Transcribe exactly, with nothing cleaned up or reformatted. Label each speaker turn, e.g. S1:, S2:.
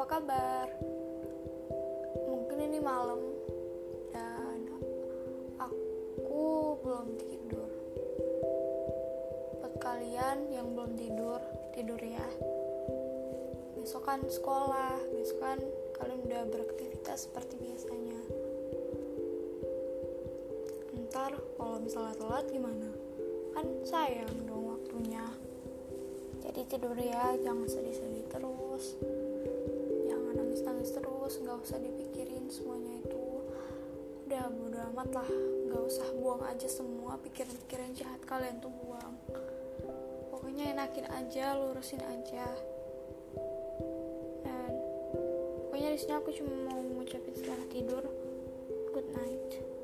S1: kabar? Mungkin ini malam dan aku belum tidur. Buat kalian yang belum tidur, tidur ya. Besok kan sekolah, besok kan kalian udah beraktivitas seperti biasanya. Ntar kalau misalnya telat gimana? Kan sayang dong waktunya. Jadi tidur ya, jangan sedih-sedih terus, jangan nangis-nangis terus, gak usah dipikirin semuanya itu. Udah bodo amat lah, gak usah buang aja semua pikiran-pikiran jahat kalian tuh, buang. Pokoknya enakin aja, lurusin aja. Dan pokoknya disini aku cuma mau ngucapin selamat tidur, good night.